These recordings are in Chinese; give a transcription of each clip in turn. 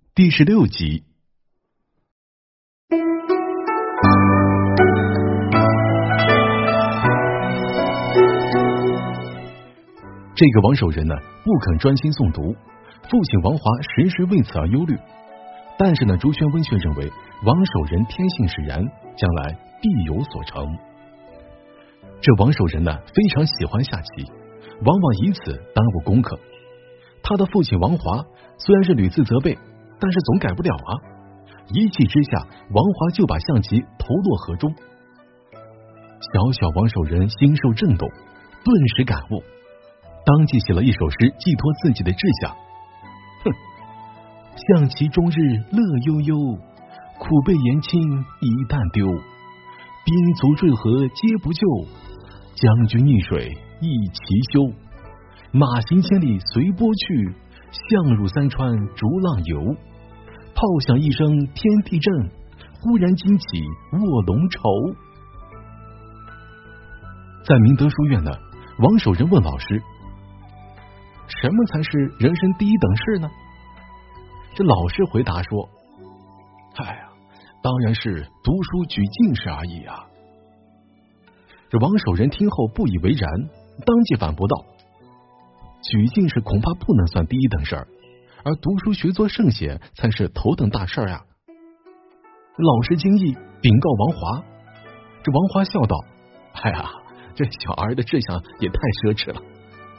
第16集。这个王守仁呢，不肯专心诵读，父亲王华时时为此而忧虑。但是呢，朱宣温却认为王守仁天性使然，将来必有所成。这王守仁呢，非常喜欢下棋，往往以此耽误功课。他的父亲王华虽然是屡次责备，但是总改不了啊。一气之下，王华就把象棋投落河中。小小王守仁心受震动，顿时感悟，当即写了一首诗寄托自己的志向。象棋终日乐悠悠，苦被言轻一旦丢。兵卒坠河皆不救，将军溺水一齐休。马行千里随波去，象入三川逐浪游。炮响一声天地震，忽然惊起卧龙愁。在明德书院呢，王守仁问老师，什么才是人生第一等事呢？这老师回答说，哎呀，当然是读书举进士而已啊。这王守仁听后不以为然，当即反驳道，举进士恐怕不能算第一等事儿，而读书学作圣贤才是头等大事啊。老师惊异，禀告王华。这王华笑道，哎呀，这小儿的志向也太奢侈了。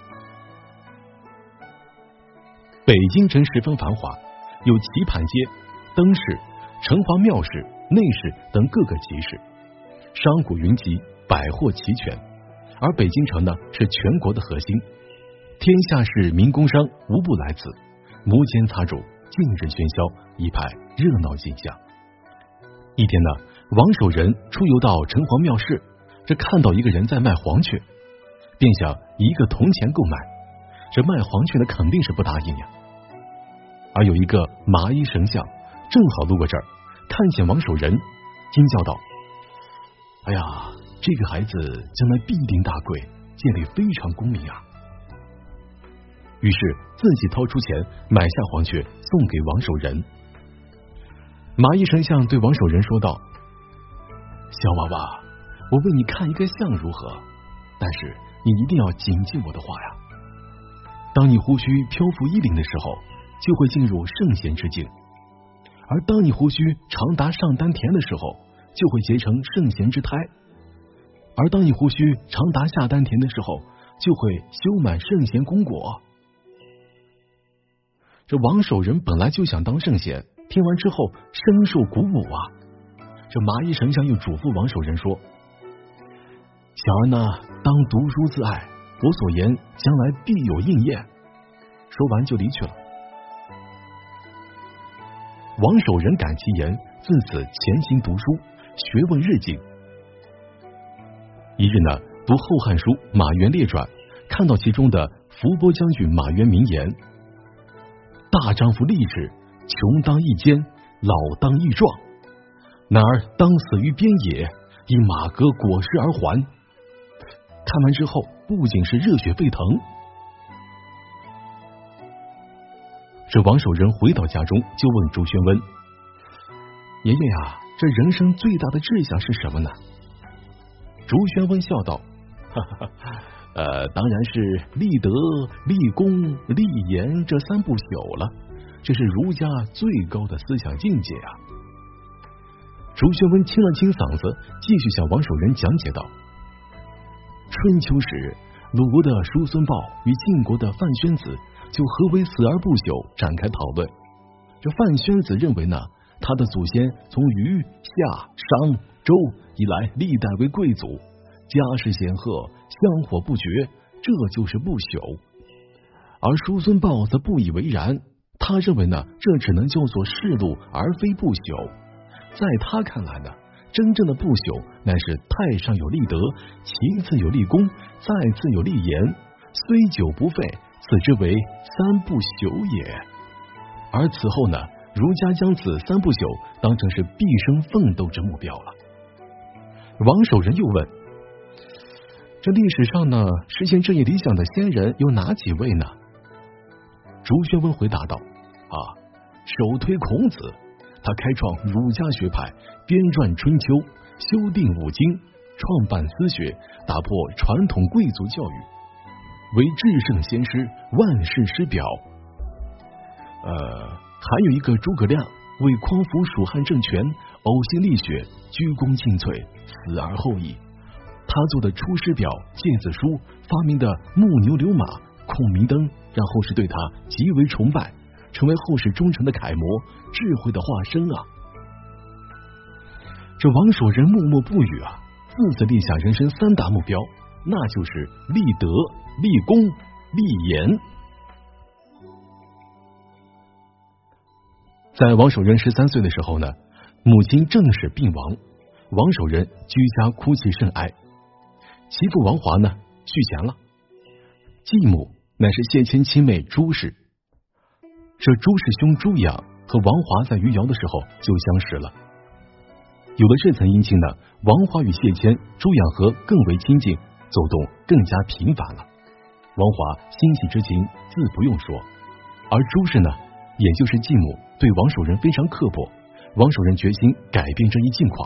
北京城十分繁华，有棋盘街、灯市、城隍庙市、内市等各个集市，商贾云集，百货齐全。而北京城呢，是全国的核心，天下士民工商无不来此，摩肩擦踵，尽人喧嚣，一派热闹景象。一天呢，王守仁出游到城隍庙市，这看到一个人在卖黄雀，便想一个铜钱购买。这卖黄雀的肯定是不答应呀。而有一个麻衣丞相正好路过这儿，看见王守仁，惊叫道，哎呀，这个孩子将来必定大贵，见里非常功名啊。于是自己掏出钱买下黄雀送给王守仁。麻衣丞相对王守仁说道，小娃娃，我为你看一个相如何？但是你一定要谨记我的话呀。当你胡须漂浮衣领的时候，就会进入圣贤之境，而当你胡须长达上丹田的时候，就会结成圣贤之胎，而当你胡须长达下丹田的时候，就会修满圣贤功果。这王守仁本来就想当圣贤，听完之后深受鼓舞啊。这麻衣丞相又嘱咐王守仁说，小儿呢，当读书自爱，我所言将来必有应验。说完就离去了。王守仁感其言，自此潜心读书，学问日进。一日呢，读《后汉书·马援列传》，看到其中的伏波将军马援名言，大丈夫立志，穷当益坚，老当益壮，男儿当死于边野，以马革裹尸而还。看完之后，不仅是热血沸腾。这王守仁回到家中，就问朱宣温，爷爷呀，这人生最大的志向是什么呢？朱宣温笑道，当然是立德、立功、立言这三不朽了，这是儒家最高的思想境界啊。朱宣温清了清嗓子，继续向王守仁讲解道，春秋时，鲁国的叔孙豹与晋国的范宣子就何为死而不朽展开讨论。这范宣子认为呢，他的祖先从虞、夏、商、周以来历代为贵族，家世显赫，香火不绝，这就是不朽。而叔孙豹则不以为然，他认为呢，这只能叫做世禄，而非不朽。在他看来呢，真正的不朽乃是太上有立德，其次有立功，再次有立言，虽久不废，此之为三不朽也。而此后呢，儒家将此三不朽当成是毕生奋斗之目标了。王守仁又问，这历史上呢，实现这一理想的先人有哪几位呢？朱宣温回答道， 首推孔子，他开创儒家学派，编撰春秋，修订五经，创办私学，打破传统贵族教育，为至圣先师，万世师表。还有一个诸葛亮，为匡扶蜀汉政权，呕心沥血，鞠躬尽瘁，死而后已。他做的《出师表》《诫子书》，发明的木牛流马、孔明灯，让后世对他极为崇拜，成为后世忠诚的楷模，智慧的化身啊！这王守仁默默不语啊，自此立下人生3大目标，那就是立德、立功、立言。在王守仁13岁的时候呢，母亲正式病亡，王守仁居家哭泣甚哀。其父王华呢续弦了，继母乃是谢谦亲妹朱氏。这朱氏兄朱养和王华在余姚的时候就相识了，有了这层姻亲呢，王华与谢谦、朱养和更为亲近，走动更加频繁了。王华欣喜之情自不用说，而朱氏呢，也就是继母，对王守仁非常刻薄，王守仁决心改变这一境况。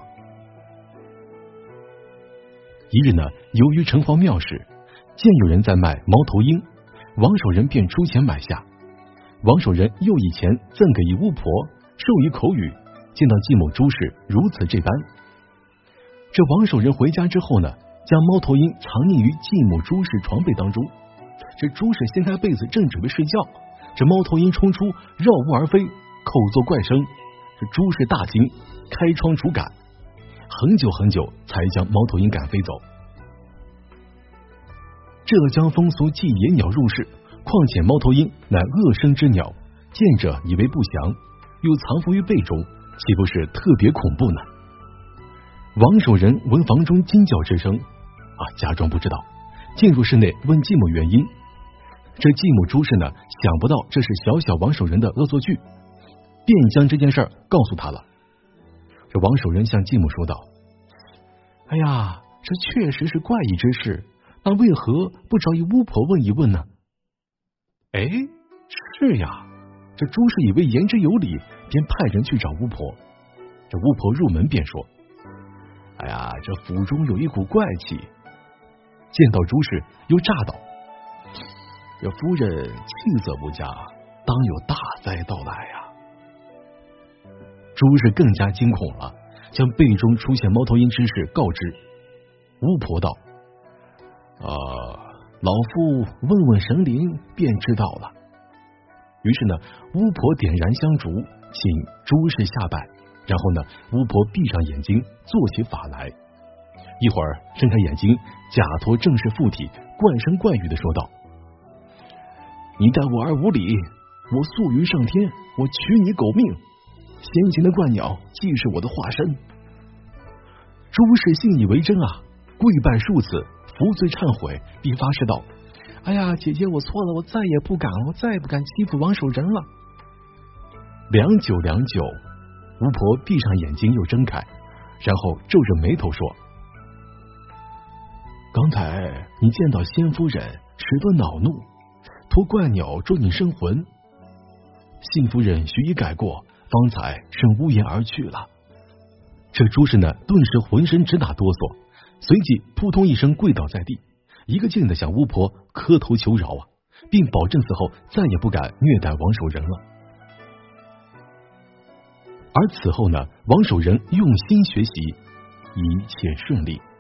一日呢，由于城隍庙事，见有人在卖猫头鹰，王守仁便出钱买下。王守仁又以钱赠给一巫婆，授以口语，见到继母朱氏如此这般。这王守仁回家之后呢，将猫头鹰藏匿于继母朱氏床被当中。这朱氏掀开被子正准备睡觉，这猫头鹰冲出，绕屋而飞，口作怪声。这朱氏大惊，开窗逐赶，很久很久才将猫头鹰赶飞走。浙江风俗忌野鸟入室，况且猫头鹰乃恶生之鸟，见者以为不祥，又藏伏于被中，岂不是特别恐怖呢？王守仁闻房中惊叫之声，假装不知道，进入室内问继母原因。这继母朱氏呢，想不到这是小小王守仁的恶作剧，便将这件事告诉他了。这王守仁向继母说道：哎呀，这确实是怪异之事，那为何不找一巫婆问一问呢？是呀，这朱氏以为言之有理，便派人去找巫婆。这巫婆入门便说：哎呀，这府中有一股怪气。见到朱氏又诈道：这夫人气色不佳，当有大灾到来呀。朱氏更加惊恐了，将被中出现猫头鹰之事告知巫婆道：老夫问问神灵便知道了。于是呢，巫婆点燃香烛，请朱氏下拜，然后呢，巫婆闭上眼睛，做起法来。一会儿睁开眼睛，假托正式附体，怪声怪语的说道：你待我而无礼，我诉于上天，我取你狗命。先前的怪鸟既是我的化身。朱氏信以为真啊，跪拜数次，服罪忏悔，并发誓道：哎呀，姐姐我错了，我再也不敢了，我再也不敢欺负王守仁了。良久，巫婆闭上眼睛又睁开，然后皱着眉头说：刚才你见到仙夫人，十分恼怒，托怪鸟捉你生魂。信夫人许以改过，方才甚无言而去了。这朱氏呢，顿时浑身直打哆嗦，随即扑通一声跪倒在地，一个劲的向巫婆磕头求饶啊，并保证此后再也不敢虐待王守仁了。而此后呢，王守仁用心学习，一切顺利。